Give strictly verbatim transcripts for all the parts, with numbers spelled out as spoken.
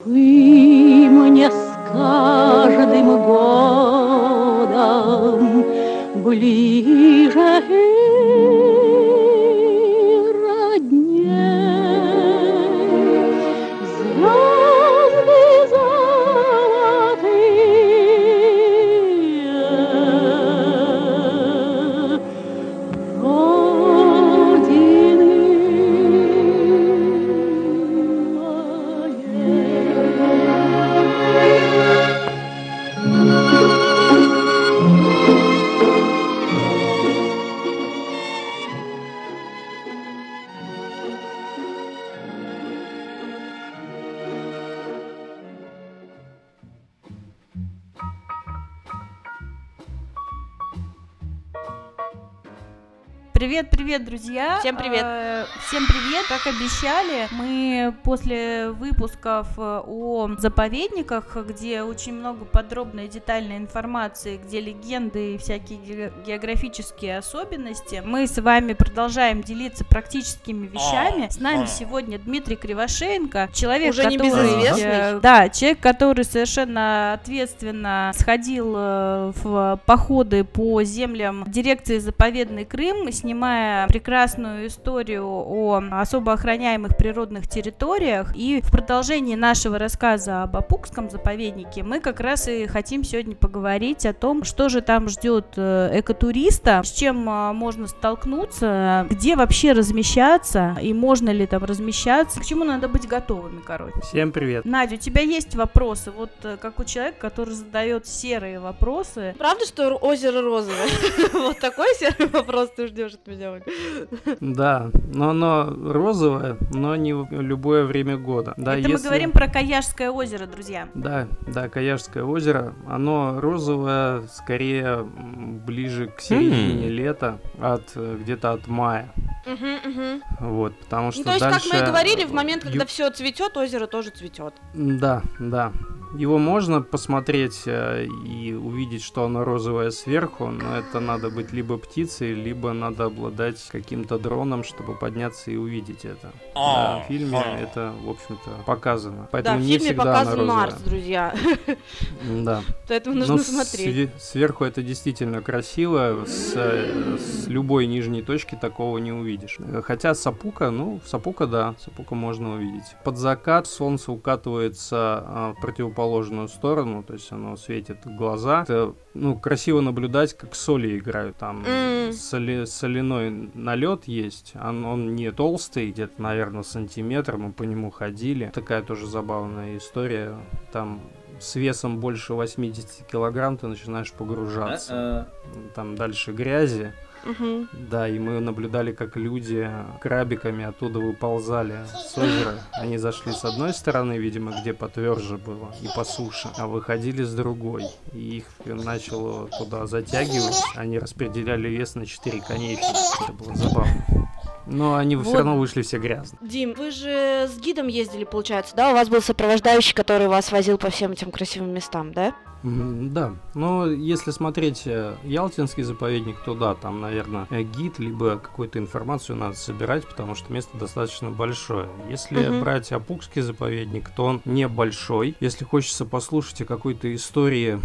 Вы мне с каждым годом ближе и родней. Звезды золотые Родины Привет, привет, друзья! Всем привет! Э, всем привет! Как обещали, мы после выпусков о заповедниках, где очень много подробной и детальной информации, где легенды и всякие географические особенности, мы с вами продолжаем делиться практическими вещами. С нами сегодня Дмитрий Кривошеенко, человек, Уже который, небезызвестный. э, да, человек, который совершенно ответственно сходил э, в походы по землям дирекции «Заповедный Крым», снимая прекрасную историю о особо охраняемых природных территориях. И в продолжении нашего рассказа об Апукском заповеднике мы как раз и хотим сегодня поговорить о том, что же там ждет экотуриста, с чем можно столкнуться, где вообще размещаться и можно ли там размещаться, к чему надо быть готовыми, короче. Всем привет. Надя, у тебя есть вопросы? Вот как у человека, который задает серые вопросы. Правда, что озеро розовое? Вот такой серый вопрос ты ждешь от меня, Оль? Да, но оно розовое, но не в любое время года. Да, Это если... мы говорим про Каяжское озеро, друзья. Да, да, Каяжское озеро, оно розовое скорее ближе к середине mm. лета, от где-то от мая. Uh-huh, uh-huh. Вот, потому что ну, то есть, дальше... как мы и говорили, в момент, когда Ю... все цветет, озеро тоже цветет. Да, да. Его можно посмотреть э, и увидеть, что оно розовое сверху, но это надо быть либо птицей, либо надо обладать каким-то дроном, чтобы подняться и увидеть это. Да, в фильме это, в общем-то, показано. Поэтому да, в не фильме всегда показан она Марс, розовая. друзья. Да. Поэтому нужно но смотреть. С- сверху это действительно красиво, с, с любой нижней точки такого не увидишь. Хотя Сапука, ну, Сапука, да, Сапука можно увидеть. Под закат солнце укатывается а, в противоположную положенную сторону, то есть оно светит в глаза. Это, ну, красиво наблюдать, как соли играют. Там mm. соли, соляной налет есть, он, он не толстый, где-то, наверное, сантиметр, мы по нему ходили. Такая тоже забавная история. Там с весом больше восемьдесят килограмм ты начинаешь погружаться. Uh-uh. Там дальше грязи. Uh-huh. Да, и мы наблюдали, как люди крабиками оттуда выползали с озера. Они зашли с одной стороны, видимо, где потверже было, и по суше, а выходили с другой. И их начало туда затягивать. Они распределяли вес на четыре конечности. Это было забавно. Но они вот. Все равно вышли все грязные. Дим, вы же с гидом ездили, получается, да? У вас был сопровождающий, который вас возил по всем этим красивым местам, да? Да, но если смотреть Ялтинский заповедник, то да, там, наверное, гид, либо какую-то информацию надо собирать, потому что место достаточно большое. Если uh-huh. брать Апукский заповедник, то он небольшой. Если хочется послушать о какой-то истории,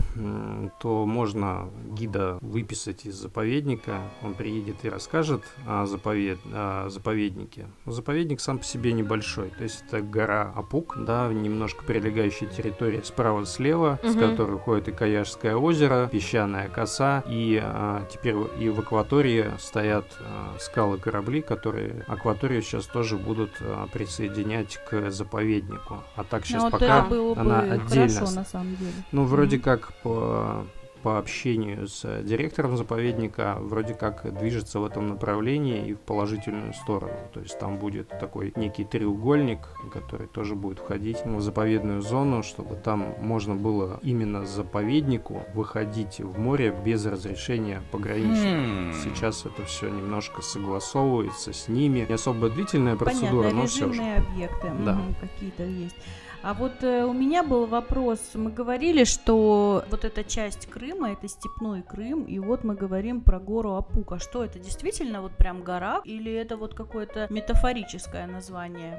то можно гида выписать из заповедника, он приедет и расскажет о, заповед... о заповеднике. Заповедник сам по себе небольшой, то есть это гора Апук, да, немножко прилегающая территория справа-слева, uh-huh. с которой уходит и Каяжское озеро, песчаная коса, и а, теперь и в акватории стоят а, скалы-корабли, которые акваторию сейчас тоже будут а, присоединять к заповеднику. А так сейчас ну, пока это было она бы отдельно. Хорошо, на самом деле. Ну, вроде mm-hmm. как по... по общению с директором заповедника вроде как движется в этом направлении и в положительную сторону. То есть там будет такой некий треугольник, который тоже будет входить в заповедную зону, чтобы там можно было именно заповеднику выходить в море без разрешения пограничников. Mm. Сейчас это все немножко согласовывается с ними. Не особо длительная процедура, понятно, но все же. режимные объекты да. угу, какие-то есть. А вот э, у меня был вопрос, мы говорили, что вот эта часть Крыма, это степной Крым, и вот мы говорим про гору Апук. А что, это действительно вот прям гора, или это вот какое-то метафорическое название?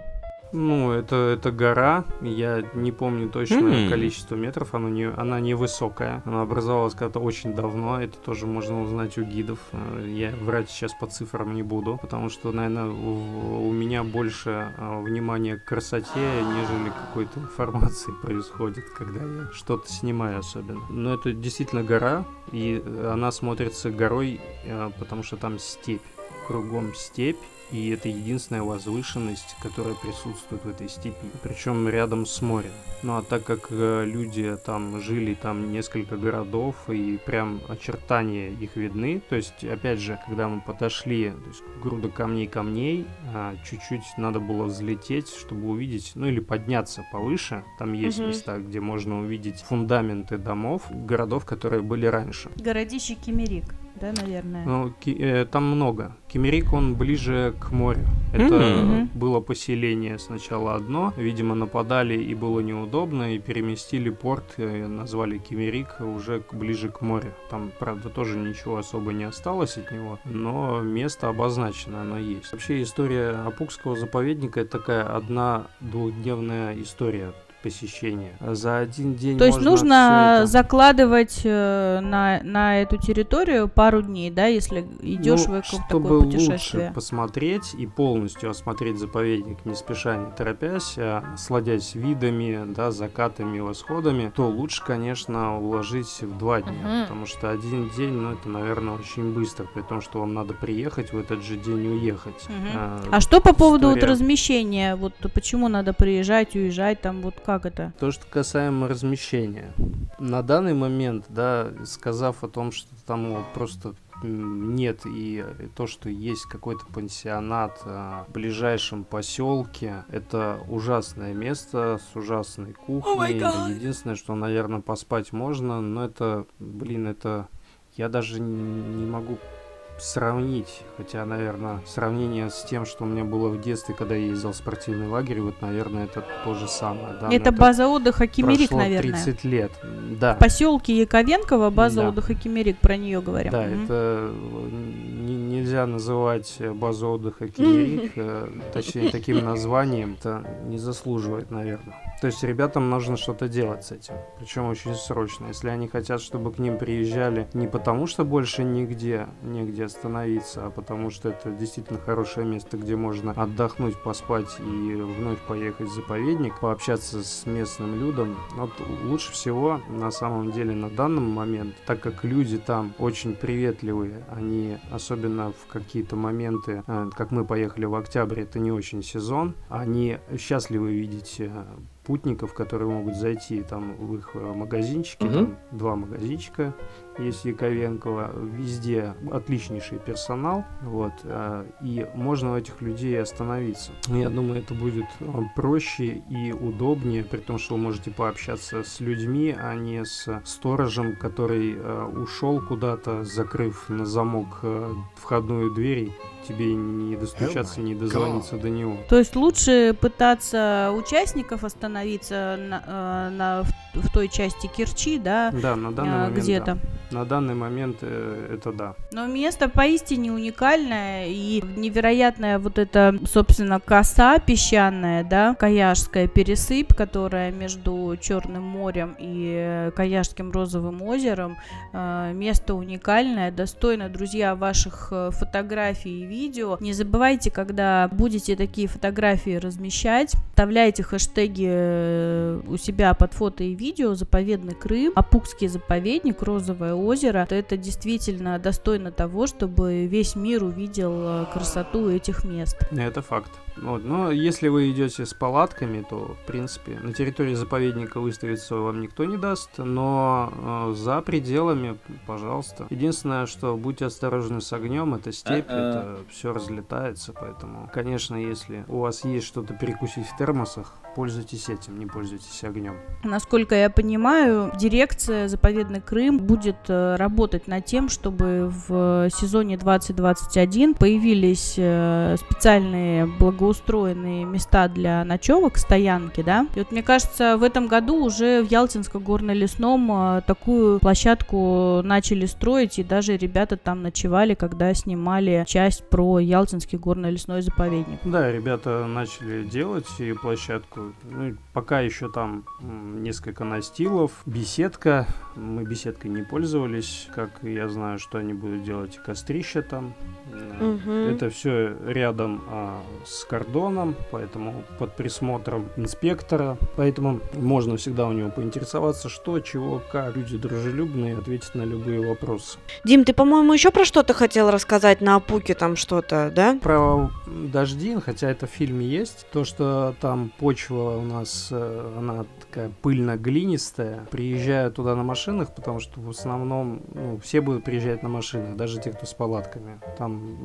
Ну, это, это гора, я не помню точно М. количество метров, она не, она невысокая, она образовалась когда-то очень давно, это тоже можно узнать у гидов, Э, я врать сейчас по цифрам не буду, потому что, наверное, у, у меня больше а, внимания к красоте, нежели какой-то информации происходит, когда я что-то снимаю особенно. Но это действительно гора, и она смотрится горой, э, потому что там степь, кругом степь. И это единственная возвышенность, которая присутствует в этой степи, причем рядом с морем. Ну а так как э, люди там жили, там несколько городов, и прям очертания их видны, то есть, опять же, когда мы подошли, то есть груда камней-камней, а, чуть-чуть надо было взлететь, чтобы увидеть, ну или подняться повыше, там есть Мгм. места, где можно увидеть фундаменты домов, городов, которые были раньше. Городище Кемерик, да, наверное? Ну, ки- э, там много. Кемерик, он ближе к морю. Это Мгм. было поселение сначала одно, видимо, нападали и было неудобно, и переместили порт, э, назвали Кемерик уже к- ближе к морю. Там, правда, тоже ничего особо не осталось от него, но место обозначено, оно есть. Вообще, история Апукского заповедника — это такая одна двухдневная история посещения. За один день То есть можно нужно всё это- закладывать э, на, на эту территорию пару дней, да, если идешь Ну, в какое-то чтобы такое лучше путешествие. посмотреть и полностью осмотреть заповедник, не спеша, не торопясь, а насладясь видами, да, закатами, восходами, то лучше, конечно, уложить в два дня, Мгм. потому что один день, ну, это, наверное, очень быстро, при том, что вам надо приехать в этот же день и уехать. Мгм. А, А что по поводу вот история- размещения? Вот почему надо приезжать, уезжать, там вот как это? То, что касаемо размещения. На данный момент, да, сказав о том, что там вот просто м, нет, и то, что есть какой-то пансионат а, в ближайшем поселке, это ужасное место с ужасной кухней. Единственное, что, наверное, поспать можно, но это, блин, это я даже н- не могу сравнить, хотя, наверное, сравнение с тем, что у меня было в детстве, когда я ездил в спортивный лагерь, вот, наверное, это то же самое. Да, но это база отдыха Кемерик, прошло наверное. тридцать лет, да. В поселке Яковенково база Да. отдыха Кемерик, про нее говорим. Да, Мгм. это н- нельзя называть базу отдыха Кемерик, э, точнее, таким названием, это не заслуживает, наверное. То есть ребятам нужно что-то делать с этим, причем очень срочно. Если они хотят, чтобы к ним приезжали не потому, что больше нигде, негде остановиться, а потому что это действительно хорошее место, где можно отдохнуть, поспать и вновь поехать в заповедник, пообщаться с местным людом. Вот лучше всего, на самом деле, на данный момент, так как люди там очень приветливые, они особенно в какие-то моменты, э, как мы поехали в октябре, это не очень сезон, они счастливы видеть э, путников, которые могут зайти там в их э, магазинчики, Мгм. там два магазинчика есть Яковенково, везде отличнейший персонал, вот, э, и можно у этих людей остановиться. Я думаю, это будет э, проще и удобнее, при том, что вы можете пообщаться с людьми, а не с сторожем, который э, ушел куда-то, закрыв на замок э, входную дверь, тебе не достучаться, не дозвониться до него. То есть лучше пытаться участников остановиться на, э, на- в, в той части Керчи, да, Да, на данный э, момент где-то. да. На данный момент э, это да. Но место поистине уникальное и невероятная вот эта, собственно, коса песчаная, да, Каяжская пересыпь, которая между Черным морем и Каяжским розовым озером. Э, Место уникальное, достойно, друзья, ваших э, фотографий и видео. Не забывайте, когда будете такие фотографии размещать, вставляйте хэштеги э, у себя под фото и видео «Заповедный Крым», «Апукский заповедник», «Розовое озеро». Это действительно достойно того, чтобы весь мир увидел э, красоту этих мест. Это факт. Вот. Но если вы идете с палатками, то, в принципе, на территории заповедника выставиться вам никто не даст, но э, за пределами, пожалуйста. Единственное, что будьте осторожны с огнем, это степь, А-а. это все разлетается, поэтому, конечно, если у вас есть что-то перекусить в термосах, пользуйтесь этим, не пользуйтесь огнем. Насколько я понимаю, дирекция «Заповедный Крым» будет э, работать над тем, чтобы в сезоне двадцать двадцать один появились э, специальные благоустроенные места для ночевок, стоянки, да. И вот мне кажется, в этом году году уже в Ялтинском горно-лесном а, такую площадку начали строить, и даже ребята там ночевали, когда снимали часть про Ялтинский горно-лесной заповедник. Да, ребята начали делать и площадку. Ну, пока еще там м, несколько настилов, беседка. Мы беседкой не пользовались, как я знаю, что они будут делать кострища там. Угу. Это все рядом а, с кордоном, поэтому под присмотром инспектора. Поэтому можно всегда у него поинтересоваться, что, чего, как. Люди дружелюбные, ответить на любые вопросы. Дим, ты, по-моему, еще про что-то хотел рассказать на Апуке, там что-то, да? Про дожди, хотя это в фильме есть, то, что там почва у нас, она такая пыльно-глинистая. Приезжаю туда на машинах, потому что в основном ну, все будут приезжать на машинах, даже те, кто с палатками. Там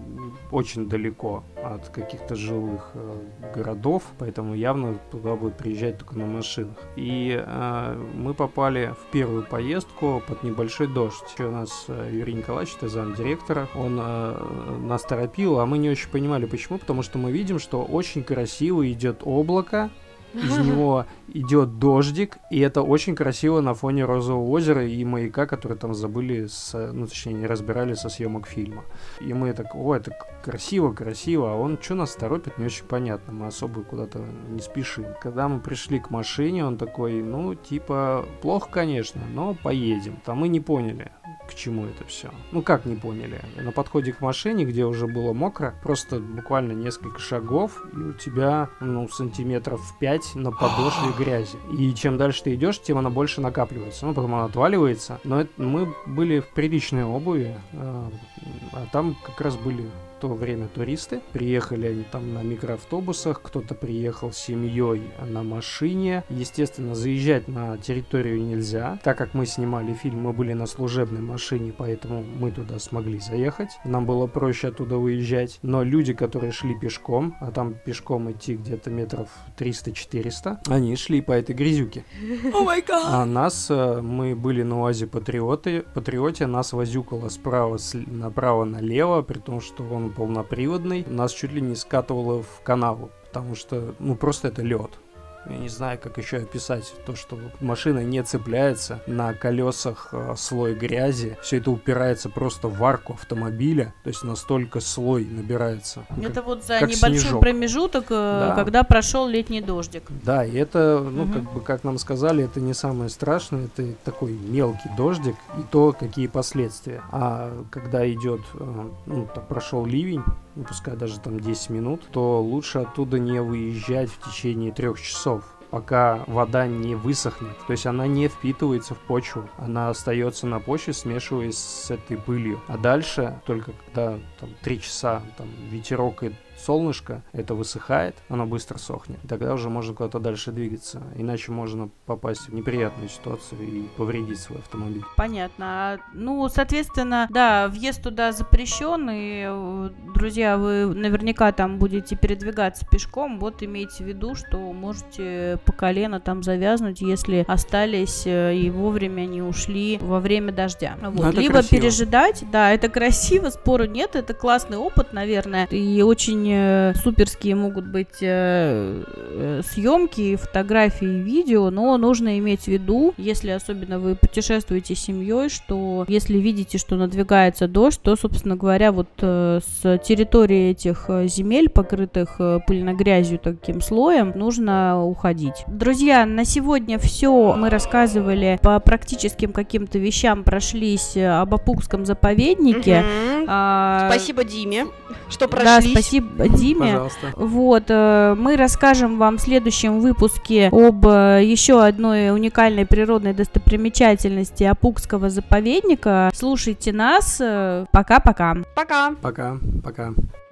очень далеко от каких-то жилых э, городов, поэтому явно туда будут приезжать только на машинах. И э, мы попали в первую поездку под небольшой дождь. У нас э, Юрий Николаевич, это замдиректора, он э, нас торопил, а мы не очень понимали, почему, потому что мы видим, что очень красиво идет облако, из него идет дождик, и это очень красиво на фоне Розового озера и маяка, которые там забыли, с, ну, точнее, не разбирали со съемок фильма. И мы так, о, это красиво, красиво, а он что нас торопит, не очень понятно, мы особо куда-то не спешим. Когда мы пришли к машине, он такой, ну, типа, плохо, конечно, но поедем. Там мы не поняли, к чему это все. Ну, как не поняли? На подходе к машине, где уже было мокро, просто буквально несколько шагов, и у тебя, ну, сантиметров пять на подошве грязи. И чем дальше ты идешь, тем она больше накапливается. Ну, потом она отваливается. Но это, мы были в приличной обуви, а, а там как раз были в то время туристы. Приехали они там на микроавтобусах, кто-то приехал с семьей на машине. Естественно, заезжать на территорию нельзя. Так как мы снимали фильм, мы были на служебной машине, поэтому мы туда смогли заехать. Нам было проще оттуда выезжать. Но люди, которые шли пешком, а там пешком идти где-то метров триста-четыреста, они шли по этой грязюке. О май гад! А нас, мы были на УАЗе Патриоты, Патриоте, нас возюкало справа направо налево, при том, что он полноприводный, нас чуть ли не скатывало в канаву, потому что, ну, просто это лед. Я не знаю, как еще описать то, что машина не цепляется, на колесах э, слой грязи, все это упирается просто в арку автомобиля, то есть настолько слой набирается. Это как, вот за как небольшой снежок. Промежуток, Да. когда прошел летний дождик. Да, и это, ну, Мгм. как бы, как нам сказали, это не самое страшное, это такой мелкий дождик, и то, какие последствия. А когда идет, э, ну, там прошел ливень, ну, пускай даже там десять минут, то лучше оттуда не выезжать в течение трех часов, пока вода не высохнет. То есть она не впитывается в почву, она остается на почве, смешиваясь с этой пылью. А дальше, только когда там три часа там ветерок и солнышко, это высыхает, оно быстро сохнет. И тогда уже можно куда-то дальше двигаться. Иначе можно попасть в неприятную ситуацию и повредить свой автомобиль. Понятно. А, Ну, соответственно, да, въезд туда запрещен, и, э, друзья, вы наверняка там будете передвигаться пешком, вот имейте в виду, что можете по колено там завязнуть, если остались э, и вовремя не ушли во время дождя. Вот. это Либо красиво. пережидать, да, это красиво, спору нет, это классный опыт, наверное, и очень э, суперские могут быть э, э, съемки, фотографии, видео, но нужно иметь в виду, если особенно вы путешествуете с семьей, что если видите, что надвигается дождь, то, собственно говоря, вот э, с территории этих э, земель, покрытых э, пыльно-грязью таким слоем, нужно уходить. Друзья, на сегодня все. Мы рассказывали по практическим каким-то вещам, прошлись э, об Апукском заповеднике. Мгм. А, Спасибо Диме, что Да, прошлись. спасибо Диме. Пожалуйста. Вот, э, мы расскажем вам в следующем выпуске об э, еще одной уникальной природной достопримечательности Апукского заповедника. Слушайте нас. э, Пока-пока. Пока. Пока. Пока.